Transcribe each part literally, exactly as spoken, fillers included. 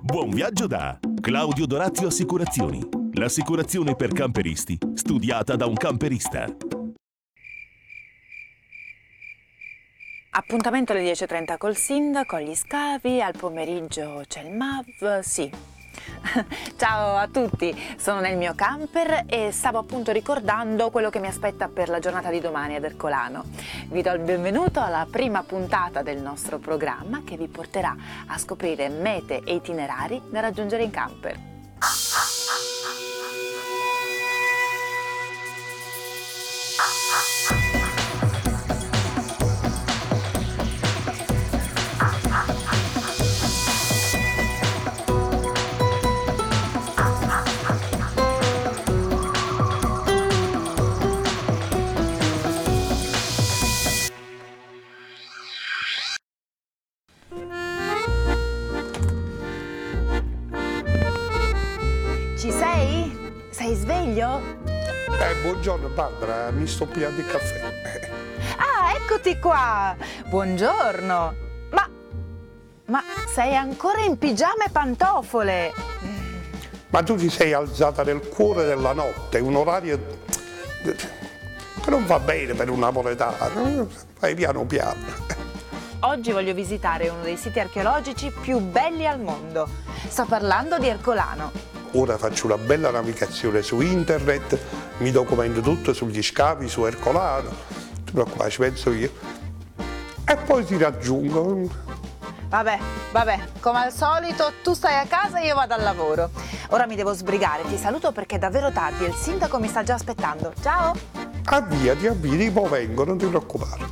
Buon viaggio da Claudio Dorazio Assicurazioni. L'assicurazione per camperisti, studiata da un camperista. Appuntamento alle dieci e trenta col sindaco, agli scavi, al pomeriggio c'è il M A V, sì. Ciao a tutti, sono nel mio camper e stavo appunto ricordando quello che mi aspetta per la giornata di domani ad Ercolano. Vi do il benvenuto alla prima puntata del nostro programma che vi porterà a scoprire mete e itinerari da raggiungere in camper. Ci sei? Sei sveglio? Eh, buongiorno Barbara, mi sto pigliando il caffè. Ah, eccoti qua! Buongiorno! Ma... ma sei ancora in pigiama e pantofole? Ma tu ti sei alzata nel cuore della notte, un orario che non va bene per un napoletano, fai piano piano. Oggi voglio visitare uno dei siti archeologici più belli al mondo. Sto parlando di Ercolano. Ora faccio una bella navigazione su internet, mi documento tutto sugli scavi, su Ercolano, non ti preoccupare, ci penso io. E poi ti raggiungo. Vabbè, vabbè, come al solito tu stai a casa e io vado al lavoro. Ora mi devo sbrigare, ti saluto perché è davvero tardi e il sindaco mi sta già aspettando. Ciao! Avviati, avviati, poi vengo, non ti preoccupare.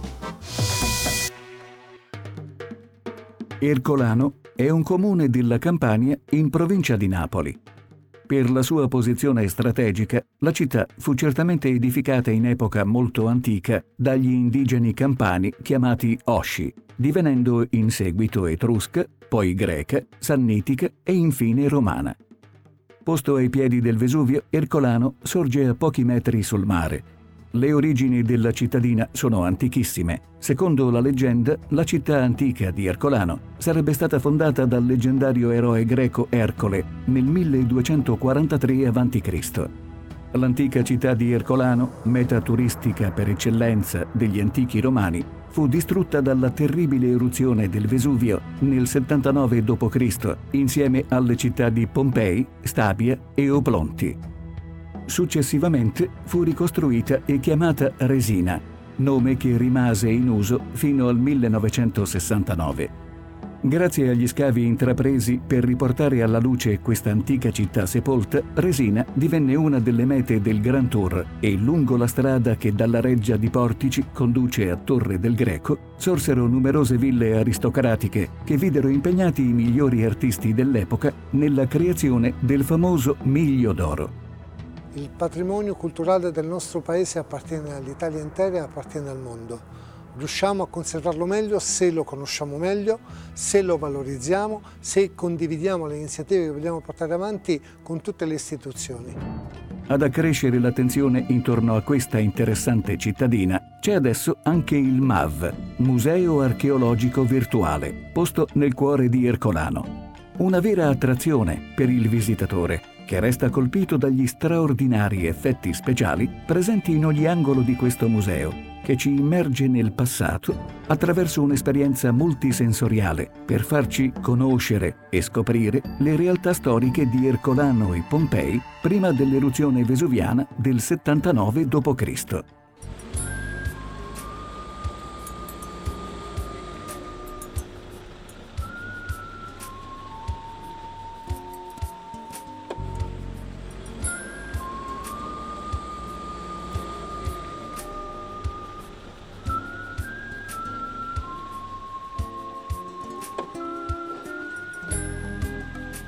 Ercolano è un comune della Campania in provincia di Napoli. Per la sua posizione strategica, la città fu certamente edificata in epoca molto antica dagli indigeni campani chiamati Osci, divenendo in seguito etrusca, poi greca, sannitica e infine romana. Posto ai piedi del Vesuvio, Ercolano sorge a pochi metri sul mare. Le origini della cittadina sono antichissime. Secondo la leggenda, la città antica di Ercolano sarebbe stata fondata dal leggendario eroe greco Ercole nel milleduecentoquarantatré avanti Cristo L'antica città di Ercolano, meta turistica per eccellenza degli antichi romani, fu distrutta dalla terribile eruzione del Vesuvio nel settantanove dopo Cristo insieme alle città di Pompei, Stabia e Oplonti. Successivamente fu ricostruita e chiamata Resina, nome che rimase in uso fino al millenovecentosessantanove. Grazie agli scavi intrapresi per riportare alla luce questa antica città sepolta, Resina divenne una delle mete del Grand Tour e lungo la strada che dalla Reggia di Portici conduce a Torre del Greco sorsero numerose ville aristocratiche che videro impegnati i migliori artisti dell'epoca nella creazione del famoso Miglio d'Oro. Il patrimonio culturale del nostro paese appartiene all'Italia intera e appartiene al mondo. Riusciamo a conservarlo meglio se lo conosciamo meglio, se lo valorizziamo, se condividiamo le iniziative che vogliamo portare avanti con tutte le istituzioni. Ad accrescere l'attenzione intorno a questa interessante cittadina c'è adesso anche il M A V, Museo Archeologico Virtuale, posto nel cuore di Ercolano. Una vera attrazione per il visitatore, che resta colpito dagli straordinari effetti speciali presenti in ogni angolo di questo museo, che ci immerge nel passato attraverso un'esperienza multisensoriale per farci conoscere e scoprire le realtà storiche di Ercolano e Pompei prima dell'eruzione vesuviana del settantanove dopo Cristo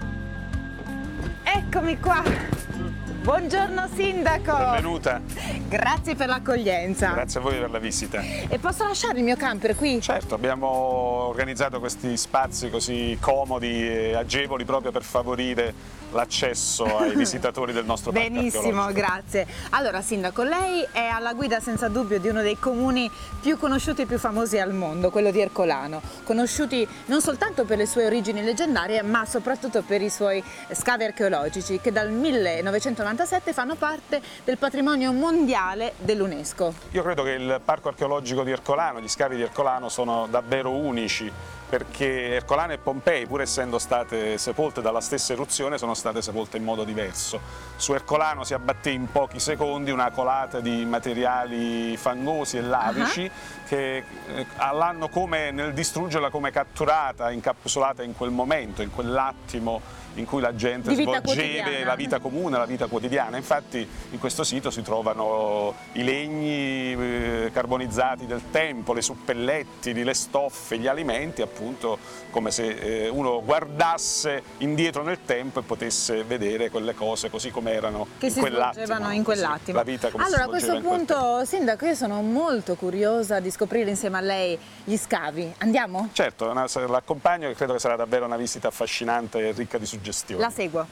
Eccomi qua! Buongiorno sindaco! Benvenuta! Grazie per l'accoglienza. Grazie a voi per la visita. E posso lasciare il mio camper qui? Certo, abbiamo organizzato questi spazi così comodi e agevoli proprio per favorire l'accesso ai visitatori del nostro parco Benissimo, archeologico. grazie. Allora, Sindaco, lei è alla guida senza dubbio di uno dei comuni più conosciuti e più famosi al mondo, quello di Ercolano, conosciuti non soltanto per le sue origini leggendarie, ma soprattutto per i suoi scavi archeologici, che dal millenovecentonovantasette fanno parte del patrimonio mondiale dell'UNESCO. Io credo che il parco archeologico di Ercolano, gli scavi di Ercolano sono davvero unici, perché Ercolano e Pompei, pur essendo state sepolte dalla stessa eruzione, sono state sepolte in modo diverso. Su Ercolano si abbatté in pochi secondi una colata di materiali fangosi e lavici uh-huh. che l'hanno come nel distruggerla come catturata, incapsulata in quel momento, in quell'attimo in cui la gente svolgeva la vita comune, la vita quotidiana. Infatti in questo sito si trovano i legni eh, carbonizzati del tempo, le suppellettili, le stoffe, gli alimenti, appunto come se eh, uno guardasse indietro nel tempo e potesse vedere quelle cose così come erano che in si svolgevano in quell'attimo. La vita come allora si a questo punto, Sindaco, io sono molto curiosa di scoprire insieme a lei gli scavi. Andiamo? Certo, l'accompagno e credo che sarà davvero una visita affascinante e ricca di suggestioni. La seguo.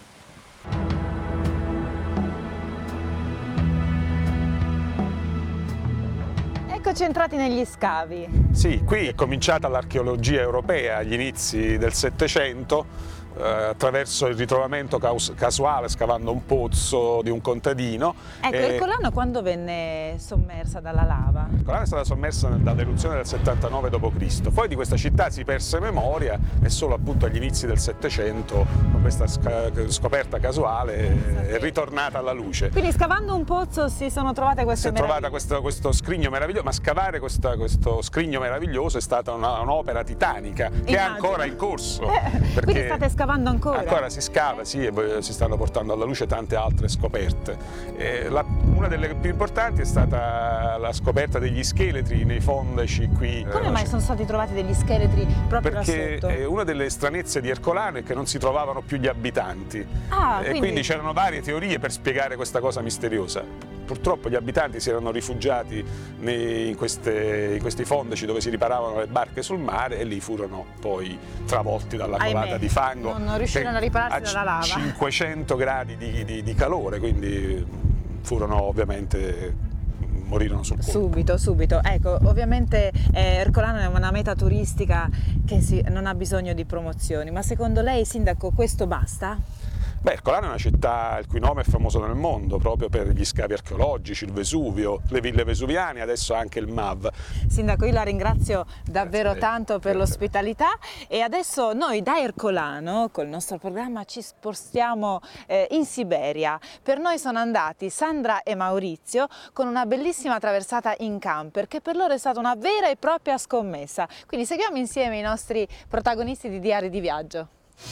Eccoci entrati negli scavi. Sì, qui è cominciata l'archeologia europea agli inizi del Settecento, eh, attraverso il ritrovamento casuale scavando un pozzo di un contadino. Ecco, e... Ercolano quando venne sommersa dalla lava? Ercolano è stata sommersa dall'eruzione del settantanove dopo Cristo Poi di questa città si perse memoria e solo appunto agli inizi del Settecento, con questa scoperta casuale, è ritornata alla luce. Quindi scavando un pozzo si sono trovate queste meraviglie? Si è trovata questo, questo scrigno meraviglioso, ma scavare questa, questo scrigno meraviglioso è stata un'opera un titanica che Immagino. È ancora in corso. Eh, quindi state scavando ancora? Ancora si scava, sì, e si stanno portando alla luce tante altre scoperte. Eh, la, una delle più importanti è stata la scoperta degli scheletri nei fondeci qui. Come eh, mai sono stati trovati degli scheletri proprio là sotto? Perché eh, una delle stranezze di Ercolano è che non si trovavano più gli abitanti. Ah, e quindi... quindi c'erano varie teorie per spiegare questa cosa misteriosa. Purtroppo gli abitanti si erano rifugiati nei, in, queste, in questi fondeci dove si riparavano le barche sul mare e lì furono poi travolti dalla colata Ahimè, di fango. Non, non riuscirono a ripararsi dalla lava. A cinquecento gradi di, di, di calore, quindi furono ovviamente... morirono sul colpo. Subito, subito. Ecco, ovviamente eh, Ercolano è una meta turistica che si, non ha bisogno di promozioni, ma secondo lei, Sindaco, questo basta? Beh, Ercolano è una città il cui nome è famoso nel mondo proprio per gli scavi archeologici, il Vesuvio, le ville vesuviane, adesso anche il M A V. Sindaco, io la ringrazio davvero tanto per l'ospitalità e adesso noi da Ercolano col nostro programma ci spostiamo eh, in Siberia. Per noi sono andati Sandra e Maurizio con una bellissima traversata in camper che per loro è stata una vera e propria scommessa. Quindi seguiamo insieme i nostri protagonisti di Diari di Viaggio.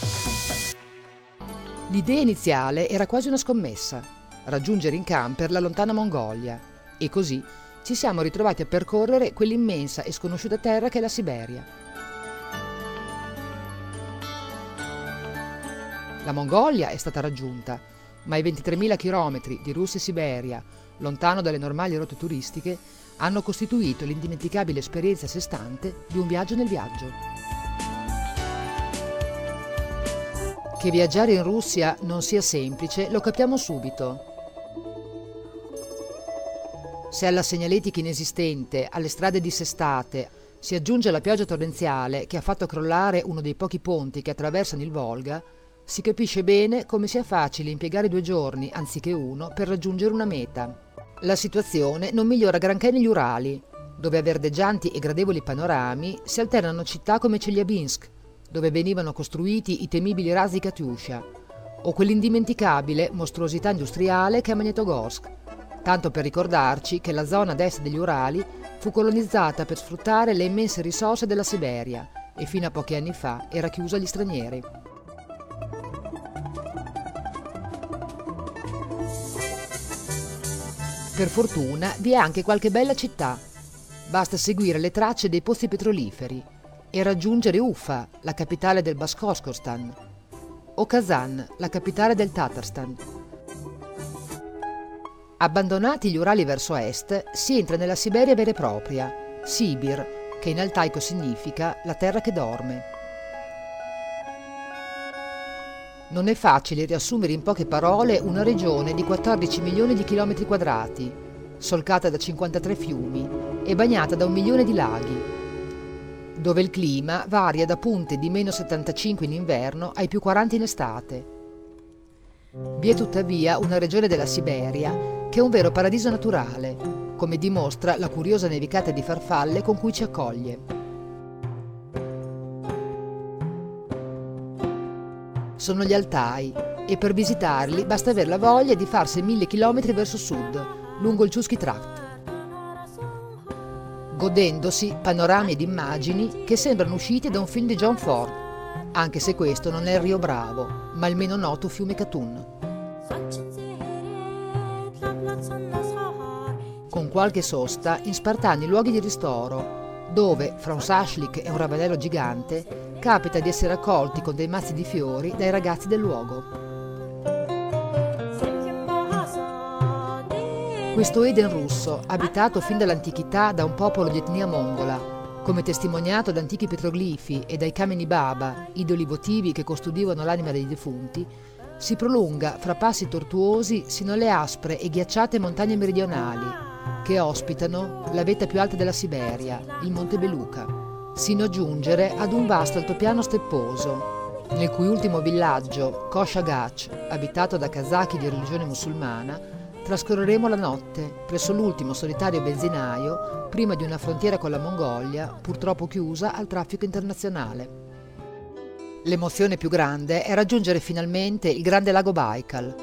L'idea iniziale era quasi una scommessa, raggiungere in camper la lontana Mongolia, e così ci siamo ritrovati a percorrere quell'immensa e sconosciuta terra che è la Siberia. La Mongolia è stata raggiunta, ma i ventitremila chilometri di Russia e Siberia, lontano dalle normali rotte turistiche, hanno costituito l'indimenticabile esperienza a sé stante di un viaggio nel viaggio. Che viaggiare in Russia non sia semplice lo capiamo subito. Se alla segnaletica inesistente, alle strade dissestate, si aggiunge la pioggia torrenziale che ha fatto crollare uno dei pochi ponti che attraversano il Volga, si capisce bene come sia facile impiegare due giorni, anziché uno, per raggiungere una meta. La situazione non migliora granché negli Urali, dove a verdeggianti e gradevoli panorami si alternano città come Chelyabinsk, dove venivano costruiti i temibili razzi Katyusha, o quell'indimenticabile mostruosità industriale che è Magnitogorsk, tanto per ricordarci che la zona ad est degli Urali fu colonizzata per sfruttare le immense risorse della Siberia e fino a pochi anni fa era chiusa agli stranieri. Per fortuna vi è anche qualche bella città, basta seguire le tracce dei pozzi petroliferi e raggiungere Ufa, la capitale del Bashkortostan, o Kazan, la capitale del Tatarstan. Abbandonati gli Urali verso est, si entra nella Siberia vera e propria, Sibir, che in altaico significa la terra che dorme. Non è facile riassumere in poche parole una regione di quattordici milioni di chilometri quadrati, solcata da cinquantatré fiumi e bagnata da un milione di laghi, dove il clima varia da punte di meno settantacinque in inverno ai più quaranta in estate. Vi è tuttavia una regione della Siberia che è un vero paradiso naturale, come dimostra la curiosa nevicata di farfalle con cui ci accoglie. Sono gli Altai e per visitarli basta aver la voglia di farsi mille chilometri verso sud, lungo il Chusky Tract, godendosi panorami ed immagini che sembrano usciti da un film di John Ford, anche se questo non è il Rio Bravo, ma il meno noto fiume Katun. Con qualche sosta in spartani luoghi di ristoro, dove, fra un sashlik e un ravanello gigante, capita di essere accolti con dei mazzi di fiori dai ragazzi del luogo. Questo Eden russo, abitato fin dall'antichità da un popolo di etnia mongola, come testimoniato da antichi petroglifi e dai Kameni Baba, idoli votivi che custodivano l'anima dei defunti, si prolunga fra passi tortuosi sino alle aspre e ghiacciate montagne meridionali, che ospitano la vetta più alta della Siberia, il Monte Beluca, sino a giungere ad un vasto altopiano stepposo, nel cui ultimo villaggio, Koshagach, abitato da kazaki di religione musulmana, trascorreremo la notte presso l'ultimo solitario benzinaio prima di una frontiera con la Mongolia, purtroppo chiusa al traffico internazionale. L'emozione più grande è raggiungere finalmente il grande lago Baikal.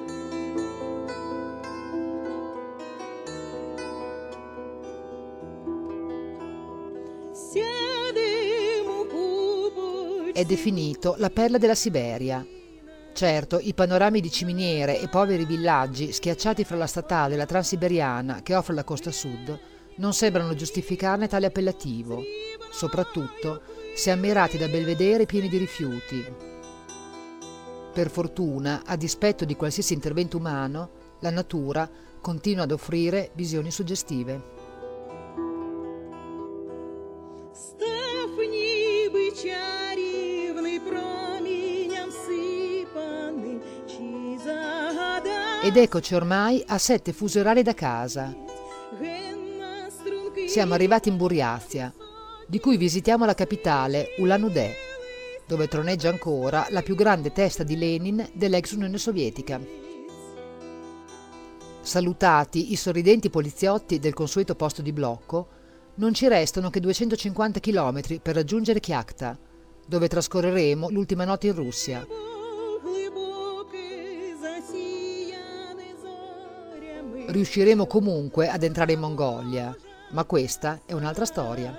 È definito la perla della Siberia. Certo, i panorami di ciminiere e poveri villaggi schiacciati fra la statale e la transiberiana che offre la costa sud non sembrano giustificarne tale appellativo, soprattutto se ammirati da belvedere pieni di rifiuti. Per fortuna, a dispetto di qualsiasi intervento umano, la natura continua ad offrire visioni suggestive. Ed eccoci ormai a sette fusi orari da casa. Siamo arrivati in Buriazia, di cui visitiamo la capitale, Ulan-Ude, dove troneggia ancora la più grande testa di Lenin dell'ex Unione Sovietica. Salutati i sorridenti poliziotti del consueto posto di blocco, non ci restano che duecentocinquanta chilometri per raggiungere Kyakhta, dove trascorreremo l'ultima notte in Russia. Riusciremo comunque ad entrare in Mongolia, ma questa è un'altra storia.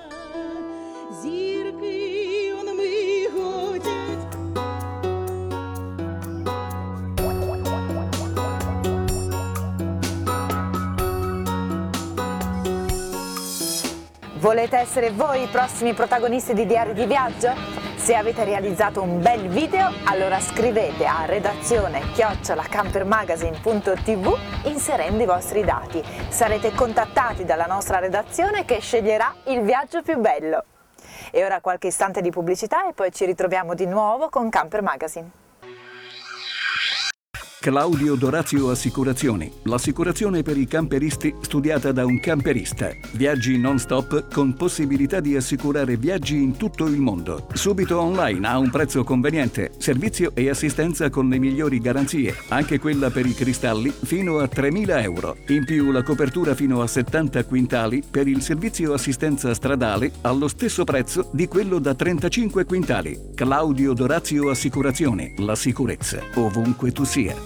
Volete essere voi i prossimi protagonisti di Diari di Viaggio? Se avete realizzato un bel video, allora scrivete a redazione chiocciola campermagazine punto tv inserendo i vostri dati. Sarete contattati dalla nostra redazione che sceglierà il viaggio più bello. E ora qualche istante di pubblicità e poi ci ritroviamo di nuovo con Camper Magazine. Claudio Dorazio Assicurazioni, l'assicurazione per i camperisti studiata da un camperista. Viaggi non stop con possibilità di assicurare viaggi in tutto il mondo. Subito online a un prezzo conveniente, servizio e assistenza con le migliori garanzie, anche quella per i cristalli fino a tremila euro. In più la copertura fino a settanta quintali per il servizio assistenza stradale allo stesso prezzo di quello da trentacinque quintali. Claudio Dorazio Assicurazioni, la sicurezza ovunque tu sia.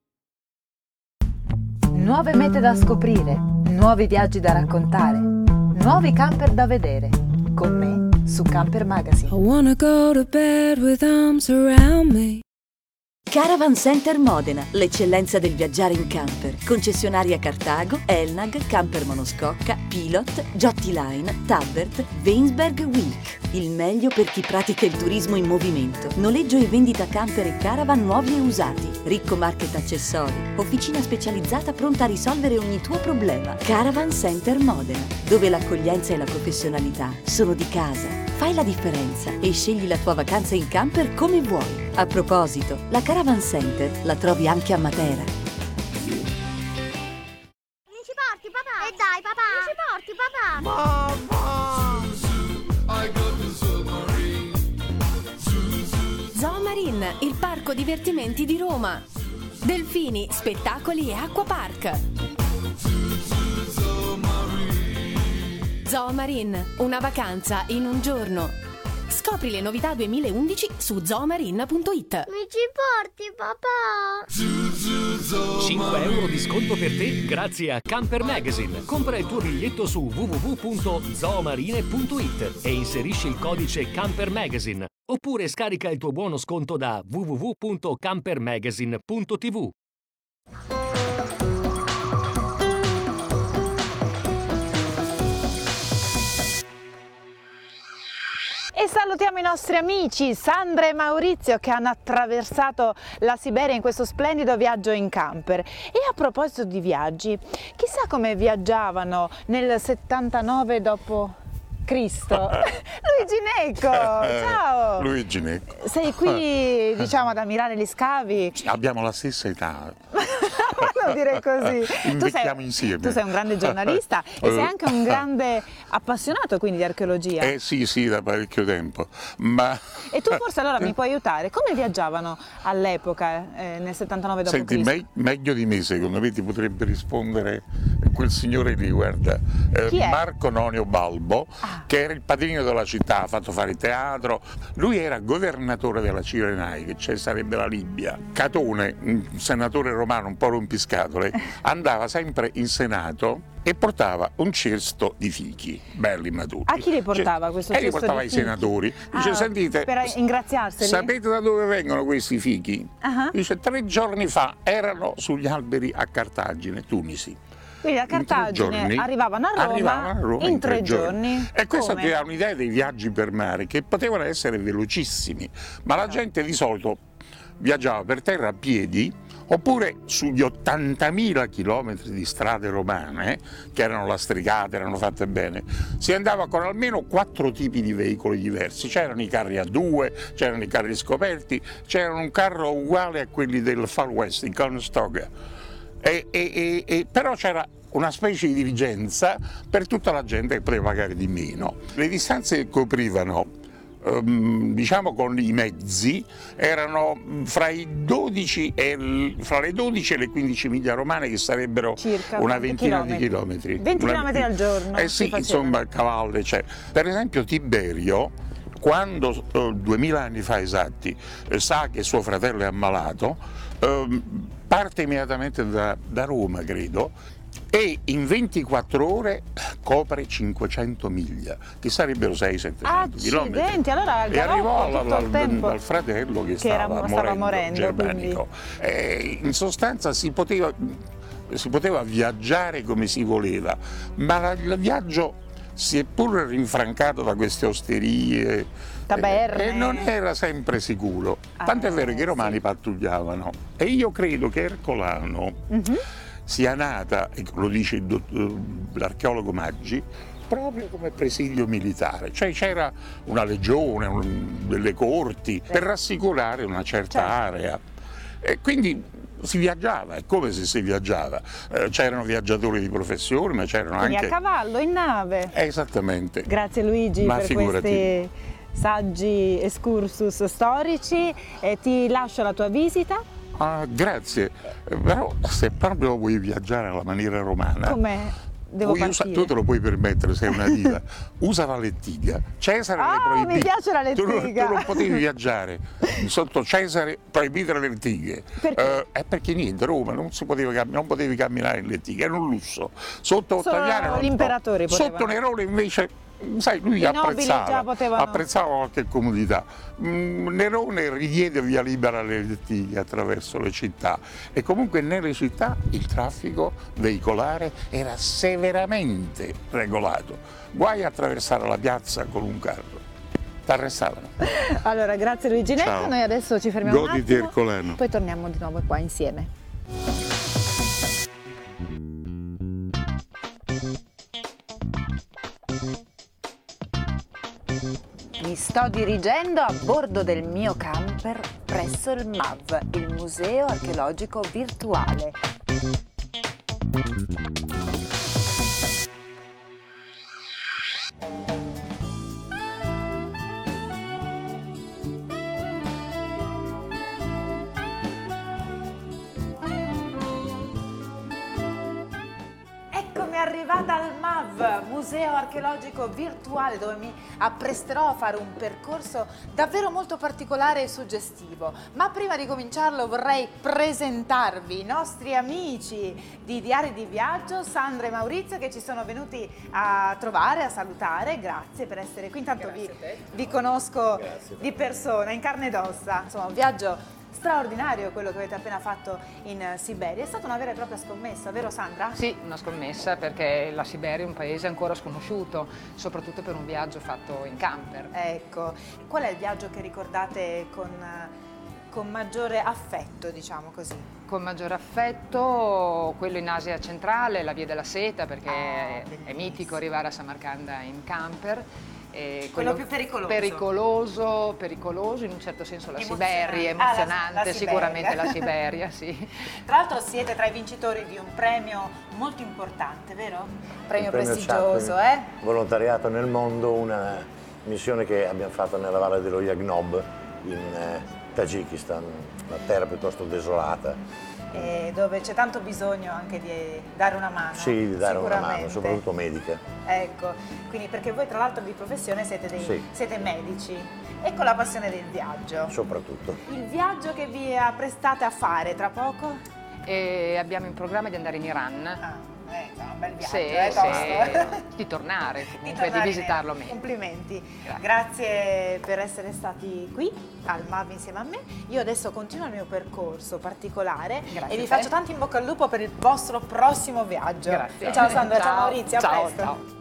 Nuove mete da scoprire, nuovi viaggi da raccontare, nuovi camper da vedere. Con me su Camper Magazine. I wanna go to bed with arms around me. Caravan Center Modena, l'eccellenza del viaggiare in camper. Concessionaria Cartago, Elnag, Camper Monoscocca, Pilot, Jotti Line, Tabbert, Weinsberg Week. Il meglio per chi pratica il turismo in movimento. Noleggio e vendita camper e caravan nuovi e usati. Ricco market accessori. Officina specializzata pronta a risolvere ogni tuo problema. Caravan Center Modena, dove l'accoglienza e la professionalità sono di casa. Fai la differenza e scegli la tua vacanza in camper come vuoi. A proposito, la Caravan Center la trovi anche a Matera. Mi ci porti, papà? E dai, papà! Mi ci porti, papà? Zoomarine, il parco divertimenti di Roma. Delfini, spettacoli e acquapark. Zoomarine, una vacanza in un giorno. Scopri le novità duemilaundici su zoomarine punto it. Mi ci porti, papà? cinque euro di sconto per te grazie a Camper Magazine. Compra il tuo biglietto su w w w punto zoomarine punto it e inserisci il codice Camper Magazine. Oppure scarica il tuo buono sconto da w w w punto camper magazine punto t v. E salutiamo i nostri amici Sandra e Maurizio che hanno attraversato la Siberia in questo splendido viaggio in camper. E a proposito di viaggi, chissà come viaggiavano nel settantanove dopo Cristo. Luigi Necco, ciao! Luigi Necco. Sei qui, diciamo, ad ammirare gli scavi? Abbiamo la stessa età. Non dire così. Invecchiamo tu sei, insieme. Tu sei un grande giornalista e sei anche un grande appassionato quindi di archeologia. Eh sì, sì, da parecchio tempo. Ma... E tu forse allora mi puoi aiutare? Come viaggiavano all'epoca, eh, nel settantanove dopo Senti, Cristo? me meglio di me secondo me ti potrebbe rispondere quel signore lì, guarda, eh, Marco Nonio Balbo, ah. che era il padrino della città, ha fatto fare teatro. Lui era governatore della Cirenaica, cioè sarebbe la Libia. Catone, un senatore romano un po' rompiscatole, andava sempre in Senato e portava un cesto di fichi, belli maturi. A chi li portava cioè, questo cesto? E li portava ai fichi? senatori. Dice, ah, sentite, per ingraziarseli? Sapete da dove vengono questi fichi? Uh-huh. Dice, tre giorni fa erano sugli alberi a Cartagine, Tunisi. Quindi da Cartagine arrivavano a Roma, arrivavano a Roma in, in tre, tre giorni. giorni. E questo Come? ti dà un'idea dei viaggi per mare che potevano essere velocissimi, ma la gente di solito viaggiava per terra a piedi oppure sugli ottantamila chilometri di strade romane, che erano lastricate, erano fatte bene, si andava con almeno quattro tipi di veicoli diversi. C'erano i carri a due, c'erano i carri scoperti, c'era un carro uguale a quelli del Far West, in Conestoga. E, e, e, e, però c'era una specie di dirigenza per tutta la gente che poteva pagare di meno. Le distanze che coprivano Um, diciamo con i mezzi erano fra i dodici e fra le dodici e le quindici miglia romane, che sarebbero circa una ventina chilometri. di chilometri. venti una, chilometri al giorno. Eh sì, insomma, cavalli, cioè. Per esempio Tiberio, quando eh, duemila anni fa esatti eh, sa che suo fratello è ammalato, eh, parte immediatamente da, da Roma, credo, e in ventiquattro ore copre cinquecento miglia, che sarebbero sei settecento chilometri. Allora e arrivò tutto dal, il tempo dal fratello che, che stava, era, morendo, stava morendo germanico. E in sostanza si poteva, si poteva viaggiare come si voleva, ma il viaggio si è pure rinfrancato da queste osterie, taberne, e non era sempre sicuro. Ah, Tant'è vero che i romani sì. pattugliavano. E io credo che Ercolano uh-huh. sia nata, lo dice l'archeologo Maggi, proprio come presidio militare, cioè c'era una legione, un, delle corti per rassicurare una certa certo. area. E quindi si viaggiava, è come se si viaggiava, eh, c'erano viaggiatori di professione, ma c'erano quindi anche... a cavallo, in nave. Esattamente. Grazie Luigi ma per figurati. questi saggi excursus storici, e ti lascio la tua visita. Ah, grazie, però se proprio vuoi viaggiare alla maniera romana... Come? Devo usa, tu te lo puoi permettere, sei una diva, usa la lettiga. Cesare oh, le proibì. Mi piace la lettiga. Tu non, tu non potevi viaggiare sotto Cesare, proibite le lettighe. Perché? Uh, è perché niente, Roma non si poteva non potevi camminare in lettighe, era un lusso. Sotto Ottaviano, gli imperatori potevano. Sotto Nerone invece sai, lui I nobili già apprezzava, potevano- apprezzava qualche comodità. Mm, Nerone ridiede via libera alle lettighe attraverso le città e comunque nelle città il traffico veicolare era severamente regolato. Guai a attraversare la piazza con un carro. T'arrestavano. Allora, grazie Luiginetto, Ciao. noi adesso ci fermiamo un Goditi attimo, Ercolano. poi torniamo di nuovo qua insieme. Mi sto dirigendo a bordo del mio camper presso il M A V, il Museo Archeologico Virtuale. Eccomi arrivata al M A V, Museo Archeologico Virtuale, dove mi appresterò a fare un percorso davvero molto particolare e suggestivo. Ma prima di cominciarlo vorrei presentarvi i nostri amici di Diari di Viaggio, Sandra e Maurizio, che ci sono venuti a trovare, a salutare. Grazie per essere qui, intanto vi, vi conosco di persona, in carne ed ossa. Insomma, un viaggio straordinario quello che avete appena fatto in Siberia. È stata una vera e propria scommessa, vero Sandra? Sì, una scommessa, perché la Siberia è un paese ancora sconosciuto, soprattutto per un viaggio fatto in camper. Ecco, qual è il viaggio che ricordate con, con maggiore affetto, diciamo così? Con maggiore affetto quello in Asia centrale, la Via della Seta, perché Ah, è mitico arrivare a Samarcanda in camper. E Quello più pericoloso. Pericoloso, pericoloso in un certo senso la Emozionante. Siberia, Ah, la- emozionante, la Siberia. sicuramente la Siberia, sì. Tra l'altro siete tra i vincitori di un premio molto importante, vero? Premio Il premio prestigioso, Chaplin, eh? Volontariato nel mondo, una missione che abbiamo fatto nella valle dello Yagnob in eh, Tagikistan, una terra piuttosto desolata. E dove c'è tanto bisogno anche di dare una mano. Sì, di dare una mano, sicuramente. soprattutto medica. Ecco, quindi perché voi tra l'altro di professione siete, dei, Sì. siete medici e con la passione del viaggio. Soprattutto. Il viaggio che vi apprestate a fare tra poco? E abbiamo in programma di andare in Iran. Ah, eh, insomma, un bel viaggio, Sì, eh, tosto. sì, di tornare, comunque, di, tornare visitarlo in- meglio. Complimenti. Grazie. Grazie per essere stati qui al M A V insieme a me. Io adesso continuo il mio percorso particolare Grazie e vi a te. faccio tanti in bocca al lupo per il vostro prossimo viaggio. Grazie. Ciao Sandra, ciao, Ciao. Maurizio, a Ciao, presto. ciao.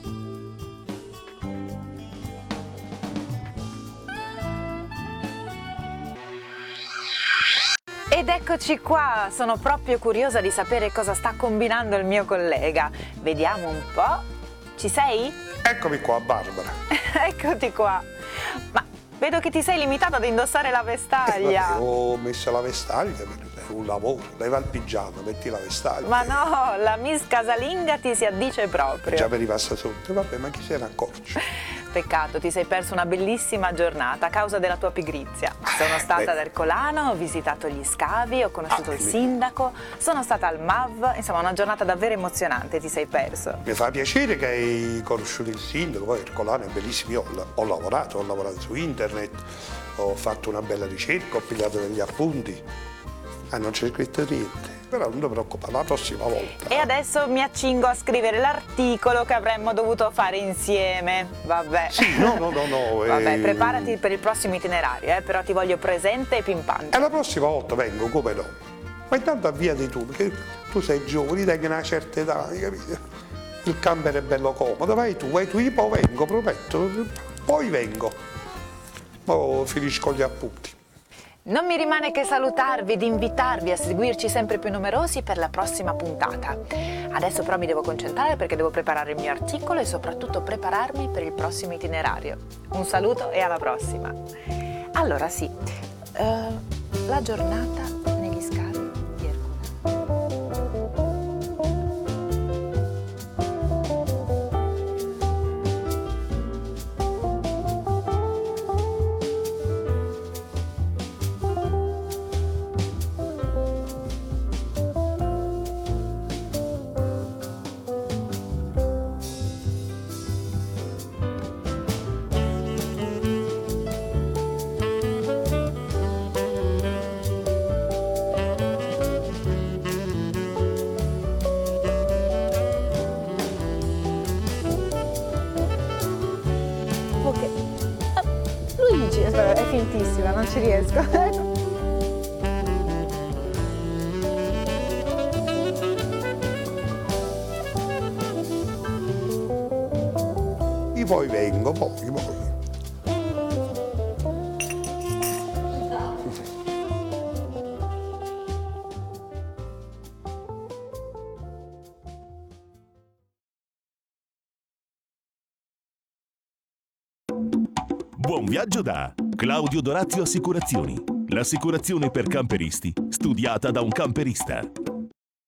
Ed eccoci qua, sono proprio curiosa di sapere cosa sta combinando il mio collega. Vediamo un po'. Ci sei? Eccomi qua, Barbara. Eccoti qua. Ma vedo che ti sei limitato ad indossare la vestaglia. Ho messo la vestaglia, è un lavoro. Leva il pigiama, metti la vestaglia. Ma no, la Miss Casalinga ti si addice proprio. Già mi ripassa sotto. Vabbè, ma chi se ne accorge? Peccato, ti sei perso una bellissima giornata a causa della tua pigrizia. Sono stata Beh. ad Ercolano, ho visitato gli scavi, ho conosciuto Ah, il sì. sindaco, sono stata al M A V, insomma una giornata davvero emozionante, ti sei perso. Mi fa piacere che hai conosciuto il sindaco, poi Ercolano è bellissimo. Io ho, ho lavorato, ho lavorato su internet, ho fatto una bella ricerca, ho pigliato degli appunti. Ah, non c'è scritto niente. Però non ti preoccupare, la prossima volta. E adesso mi accingo a scrivere l'articolo che avremmo dovuto fare insieme. Vabbè. Sì, no, no, no, no. Vabbè, eh, preparati per il prossimo itinerario, eh, però ti voglio presente e pimpante. E la prossima volta vengo, come no? Ma intanto avviati tu, perché tu sei giovane, hai una certa età, hai capito? Il camper è bello comodo, vai tu, vai tu, io poi vengo, prometto, poi vengo. Poi finisco gli appunti. Non mi rimane che salutarvi ed invitarvi a seguirci sempre più numerosi per la prossima puntata. Adesso però mi devo concentrare perché devo preparare il mio articolo e soprattutto prepararmi per il prossimo itinerario. Un saluto e alla prossima. Allora sì, eh, la giornata negli scavi di Ercolano. è fintissima, non ci riesco. Io poi vengo, poi, poi. Buon viaggio da Claudio Dorazio Assicurazioni. L'assicurazione per camperisti, studiata da un camperista.